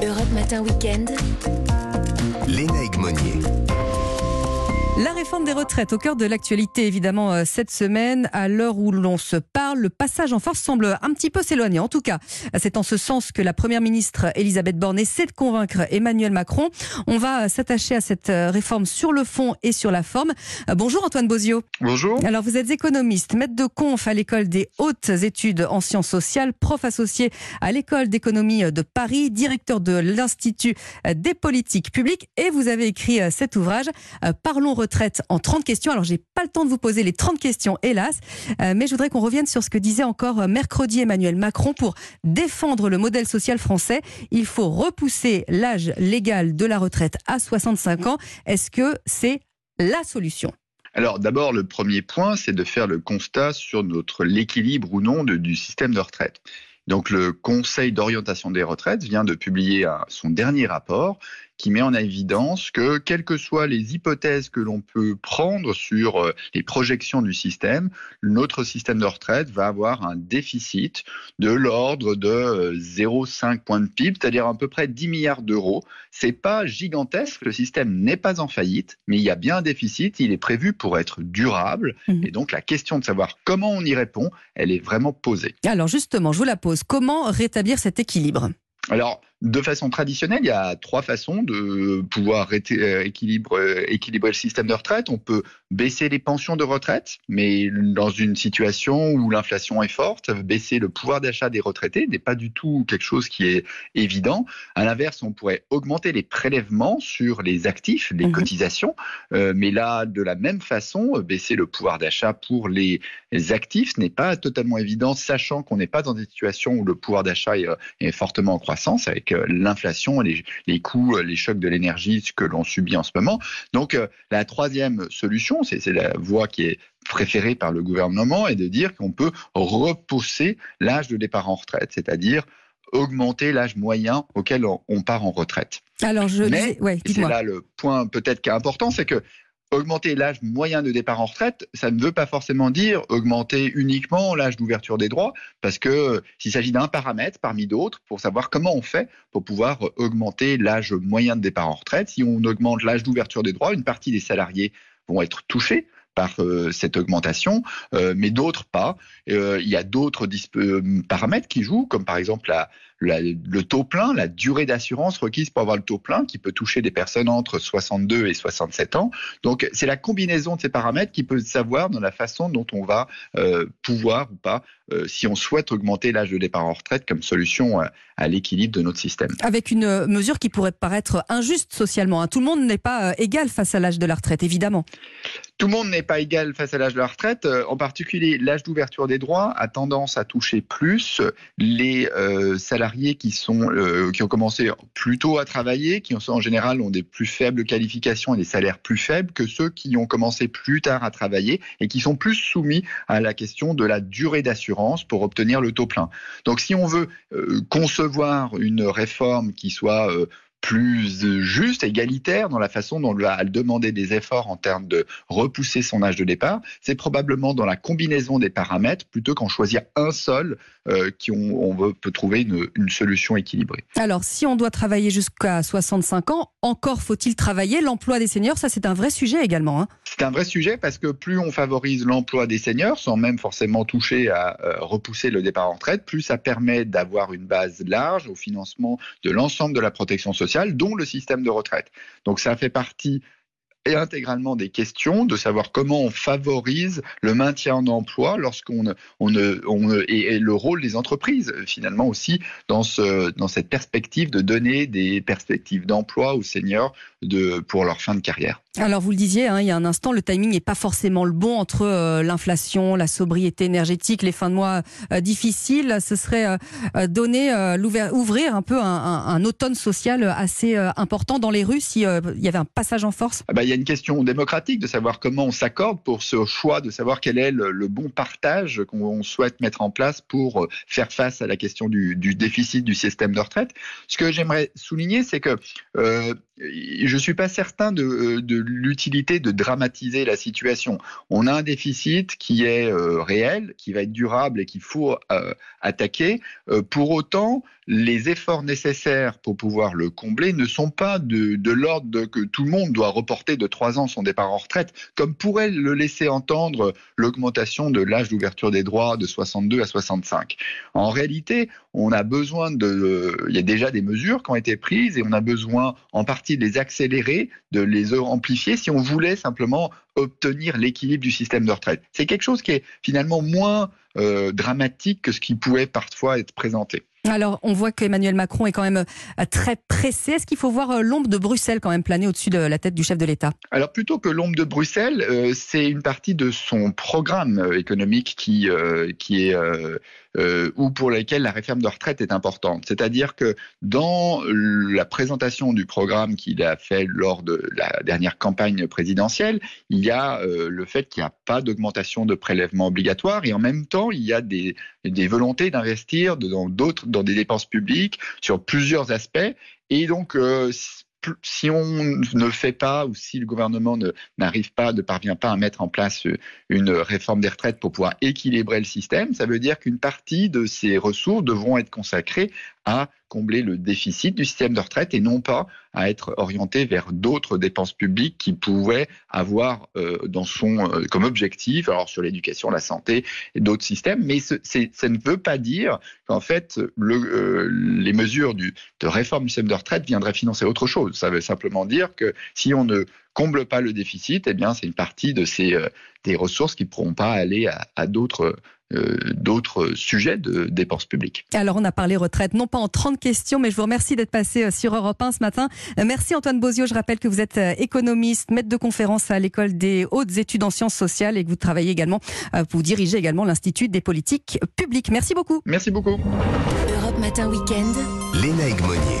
Europe Matin Week-end. Léna Egmonier. La réforme des retraites au cœur de l'actualité, évidemment, cette semaine. À l'heure où l'on se parle, le passage en force semble un petit peu s'éloigner. En tout cas, c'est en ce sens que la première ministre Elisabeth Borne essaie de convaincre Emmanuel Macron. On va s'attacher à cette réforme sur le fond et sur la forme. Bonjour Antoine Bozio. Bonjour. Alors vous êtes économiste, maître de conf à l'école des hautes études en sciences sociales, prof associé à l'école d'économie de Paris, directeur de l'Institut des politiques publiques, et vous avez écrit cet ouvrage Parlons retraite en 30 questions. Alors j'ai pas le temps de vous poser les 30 questions, hélas, mais je voudrais qu'on revienne sur ce que disait encore mercredi Emmanuel Macron. Pour défendre le modèle social français, il faut repousser l'âge légal de la retraite à 65 ans. Est-ce que c'est la solution ? Alors d'abord, le premier point, c'est de faire le constat sur l'équilibre ou non du système de retraite. Donc le Conseil d'orientation des retraites vient de publier son dernier rapport qui met en évidence que, quelles que soient les hypothèses que l'on peut prendre sur les projections du système, notre système de retraite va avoir un déficit de l'ordre de 0,5 points de PIB, c'est-à-dire à peu près 10 milliards d'euros. C'est pas gigantesque, le système n'est pas en faillite, mais il y a bien un déficit, il est prévu pour être durable. Et donc la question de savoir comment on y répond, elle est vraiment posée. Alors justement, je vous la pose. Comment rétablir cet équilibre ? Alors, de façon traditionnelle, il y a trois façons de pouvoir équilibrer le système de retraite. On peut baisser les pensions de retraite, mais dans une situation où l'inflation est forte, baisser le pouvoir d'achat des retraités n'est pas du tout quelque chose qui est évident. À l'inverse, on pourrait augmenter les prélèvements sur les actifs, les cotisations, mais là, de la même façon, baisser le pouvoir d'achat pour les actifs n'est pas totalement évident, sachant qu'on n'est pas dans des situations où le pouvoir d'achat est fortement en croissance, avec l'inflation, les coûts, les chocs de l'énergie que l'on subit en ce moment. Donc la troisième solution, c'est la voie qui est préférée par le gouvernement, est de dire qu'on peut repousser l'âge de départ en retraite, c'est-à-dire augmenter l'âge moyen auquel on part en retraite. Alors Mais c'est là le point peut-être qui est important, c'est que augmenter l'âge moyen de départ en retraite, ça ne veut pas forcément dire augmenter uniquement l'âge d'ouverture des droits, parce que s'il s'agit d'un paramètre parmi d'autres pour savoir comment on fait pour pouvoir augmenter l'âge moyen de départ en retraite. Si on augmente l'âge d'ouverture des droits, une partie des salariés vont être touchés par cette augmentation, mais d'autres pas. Il y a d'autres paramètres qui jouent, comme par exemple le taux plein, la durée d'assurance requise pour avoir le taux plein, qui peut toucher des personnes entre 62 et 67 ans. Donc c'est la combinaison de ces paramètres qui peut savoir dans la façon dont on va pouvoir ou pas, si on souhaite augmenter l'âge de départ en retraite comme solution à l'équilibre de notre système. Avec une mesure qui pourrait paraître injuste socialement. Tout le monde n'est pas égal face à l'âge de la retraite, évidemment. Tout le monde n'est pas égal face à l'âge de la retraite. En particulier, l'âge d'ouverture des droits a tendance à toucher plus les salariés qui ont commencé plus tôt à travailler, qui en général ont des plus faibles qualifications et des salaires plus faibles que ceux qui ont commencé plus tard à travailler et qui sont plus soumis à la question de la durée d'assurance pour obtenir le taux plein. Donc si on veut concevoir une réforme qui soit plus juste, égalitaire dans la façon dont elle va demander des efforts en termes de repousser son âge de départ, c'est probablement dans la combinaison des paramètres plutôt qu'en choisir un seul on peut trouver une solution équilibrée. Alors, si on doit travailler jusqu'à 65 ans, encore faut-il travailler. L'emploi des seniors, ça c'est un vrai sujet également. C'est un vrai sujet parce que plus on favorise l'emploi des seniors, sans même forcément toucher à repousser le départ en retraite, plus ça permet d'avoir une base large au financement de l'ensemble de la protection sociale, dont le système de retraite. Donc ça fait partie et intégralement des questions de savoir comment on favorise le maintien en emploi et le rôle des entreprises finalement aussi dans cette perspective de donner des perspectives d'emploi aux seniors pour leur fin de carrière. Alors vous le disiez, il y a un instant, le timing n'est pas forcément le bon entre l'inflation, la sobriété énergétique, les fins de mois difficiles. Ce serait ouvrir un peu un automne social assez important dans les rues s'il y avait un passage en force. Il y a une question démocratique de savoir comment on s'accorde pour ce choix, de savoir quel est le bon partage qu'on souhaite mettre en place pour faire face à la question du déficit du système de retraite. Ce que j'aimerais souligner, c'est que je ne suis pas certain de l'utilité de dramatiser la situation. On a un déficit qui est réel, qui va être durable et qu'il faut attaquer. Pour autant, les efforts nécessaires pour pouvoir le combler ne sont pas de l'ordre que tout le monde doit reporter de 3 ans son départ en retraite, comme pourrait le laisser entendre l'augmentation de l'âge d'ouverture des droits de 62 à 65. En réalité, on a besoin il y a déjà des mesures qui ont été prises et on a besoin en partie de les accélérer, de les amplifier si on voulait simplement obtenir l'équilibre du système de retraite. C'est quelque chose qui est finalement moins dramatique que ce qui pouvait parfois être présenté. Alors, on voit qu'Emmanuel Macron est quand même très pressé. Est-ce qu'il faut voir l'ombre de Bruxelles quand même planer au-dessus de la tête du chef de l'État ? Alors, plutôt que l'ombre de Bruxelles, c'est une partie de son programme économique qui est ou pour laquelle la réforme de retraite est importante. C'est-à-dire que dans la présentation du programme qu'il a fait lors de la dernière campagne présidentielle, il y a le fait qu'il n'y a pas d'augmentation de prélèvements obligatoires et en même temps, il y a des volontés d'investir dans des dépenses publiques sur plusieurs aspects. Et donc, si on ne fait pas ou si le gouvernement ne parvient pas à mettre en place une réforme des retraites pour pouvoir équilibrer le système, ça veut dire qu'une partie de ces ressources devront être consacrées à combler le déficit du système de retraite et non pas à être orienté vers d'autres dépenses publiques qui pouvaient avoir comme objectif, alors sur l'éducation, la santé et d'autres systèmes, mais ça ne veut pas dire qu'en fait les mesures de réforme du système de retraite viendraient financer autre chose. Ça veut simplement dire que si on ne comble pas le déficit, eh bien c'est une partie de des ressources qui ne pourront pas aller à d'autres sujets de dépenses publiques. Alors on a parlé retraite, non pas en 30 questions, mais je vous remercie d'être passé sur Europe 1 ce matin. Merci Antoine Bozio, je rappelle que vous êtes économiste, maître de conférence à l'école des hautes études en sciences sociales et que vous travaillez également, vous dirigez également l'Institut des politiques publiques. Merci beaucoup. Merci beaucoup. Léna Egmonier.